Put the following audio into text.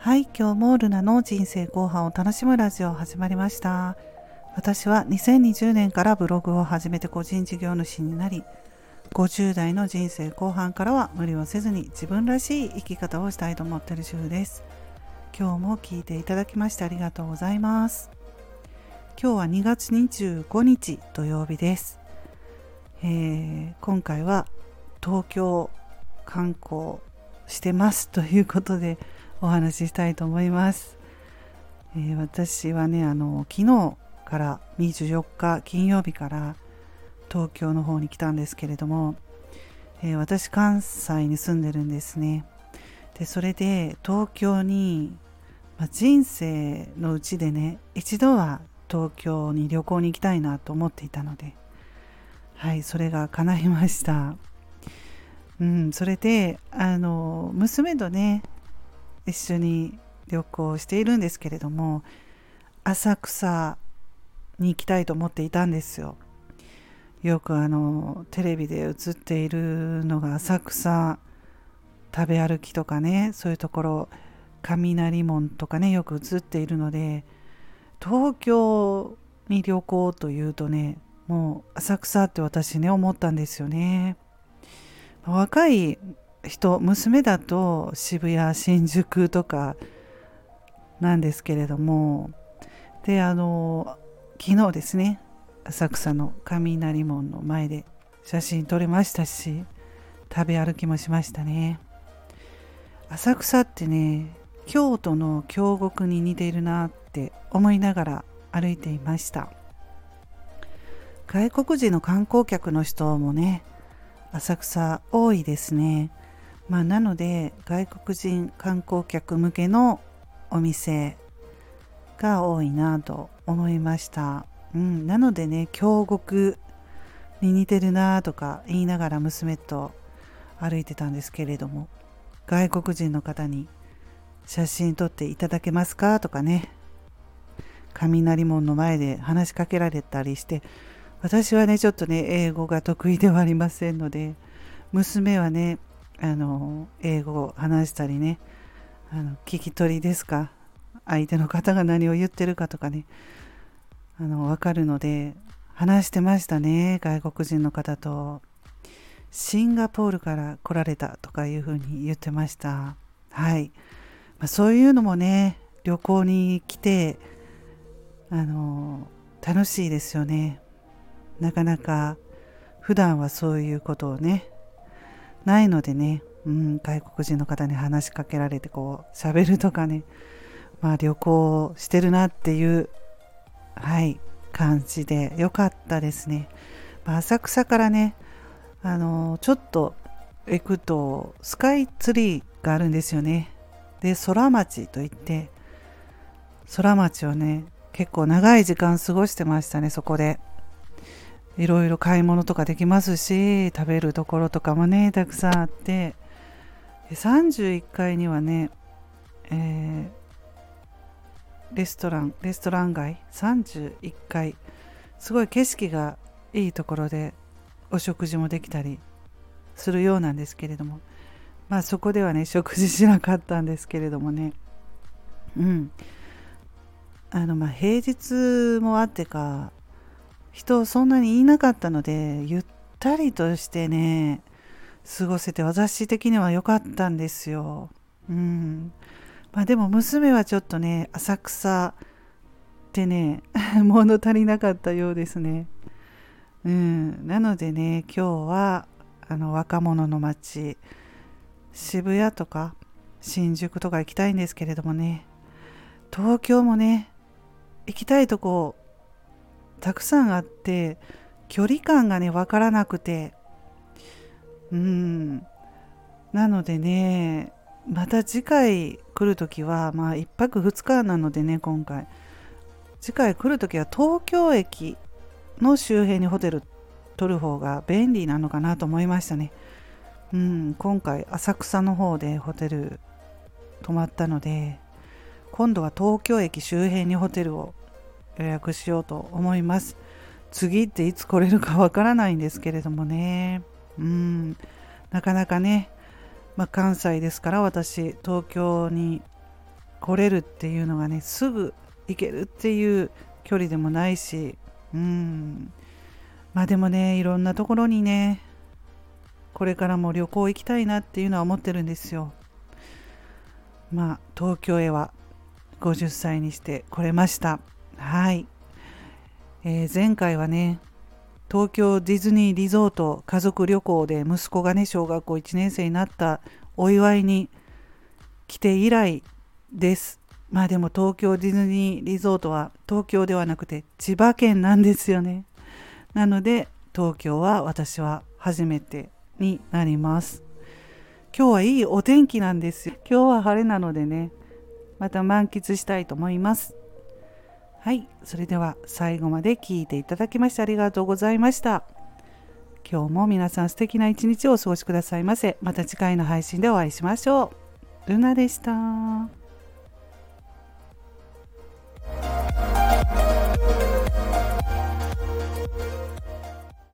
はい、今日もルナの人生後半を楽しむラジオ始まりました。私は2020年からブログを始めて個人事業主になり、50代の人生後半からは無理をせずに自分らしい生き方をしたいと思っている主婦です。今日も聞いていただきましてありがとうございます。今日は2月25日土曜日です。今回は東京観光してますということでお話ししたいと思います。私はね昨日から24日金曜日から東京の方に来たんですけれども、私関西に住んでるんですね。でそれで東京に、人生のうちでね一度は東京に旅行に行きたいなと思っていたので、それが叶いました。それで娘とね一緒に旅行しているんですけれども、浅草に行きたいと思っていたんですよ。よくテレビで映っているのが浅草食べ歩きとかね、そういうところ雷門とかねよく映っているので、東京に旅行というとねもう浅草って私ね思ったんですよね。若い人、娘だと渋谷新宿とかなんですけれども、で昨日ですね浅草の雷門の前で写真撮れましたし、食べ歩きもしましたね。浅草ってね京都の京極に似ているなって思いながら歩いていました。外国人の観光客の人もね浅草多いですね。なので外国人観光客向けのお店が多いなと思いました。なのでね京極に似てるなとか言いながら娘と歩いてたんですけれども、外国人の方に写真撮っていただけますかとかね、雷門の前で話しかけられたりして、私はねちょっとね英語が得意ではありませんので、娘はね英語を話したりね、聞き取りですか、相手の方が何を言ってるかとかね分かるので話してましたね。外国人の方とシンガポールから来られたとかいうふうに言ってました。そういうのもね旅行に来て楽しいですよね。なかなか普段はそういうことをねないのでね、外国人の方に話しかけられてこう喋るとかね、旅行してるなっていう感じでよかったですね。浅草からねちょっと行くとスカイツリーがあるんですよね。で空町といって空町をね結構長い時間過ごしてましたね。そこでいろいろ買い物とかできますし、食べるところとかもねたくさんあって、31階にはね、レストラン街31階、すごい景色がいいところでお食事もできたりするようなんですけれども、そこではね食事しなかったんですけれどもね、平日もあってか人そんなにいなかったのでゆったりとしてね過ごせて私的には良かったんですよ。でも娘はちょっとね浅草ってね物足りなかったようですね。なのでね今日は若者の街渋谷とか新宿とか行きたいんですけれどもね、東京もね行きたいとこたくさんあって距離感がね分からなくて、なのでねまた次回来るときは1泊2日なのでね、今回次回来るときは東京駅の周辺にホテル取る方が便利なのかなと思いましたね。今回浅草の方でホテル泊まったので、今度は東京駅周辺にホテルを予約しようと思います。次っていつ来れるかわからないんですけれどもね、なかなかね、関西ですから私東京に来れるっていうのがね、すぐ行けるっていう距離でもないし、まあでもね、いろんなところにね、これからも旅行行きたいなっていうのは思ってるんですよ。まあ東京へは50歳にして来れました。はい、前回はね、東京ディズニーリゾート家族旅行で息子がね、小学校1年生になったお祝いに来て以来です。まあでも東京ディズニーリゾートは東京ではなくて千葉県なんですよね。なので東京は私は初めてになります。今日はいいお天気なんですよ。今日は晴れなのでね、また満喫したいと思います。はい、それでは最後まで聞いていただきましてありがとうございました。今日も皆さん素敵な一日をお過ごしくださいませ。また次回の配信でお会いしましょう。ルナでした。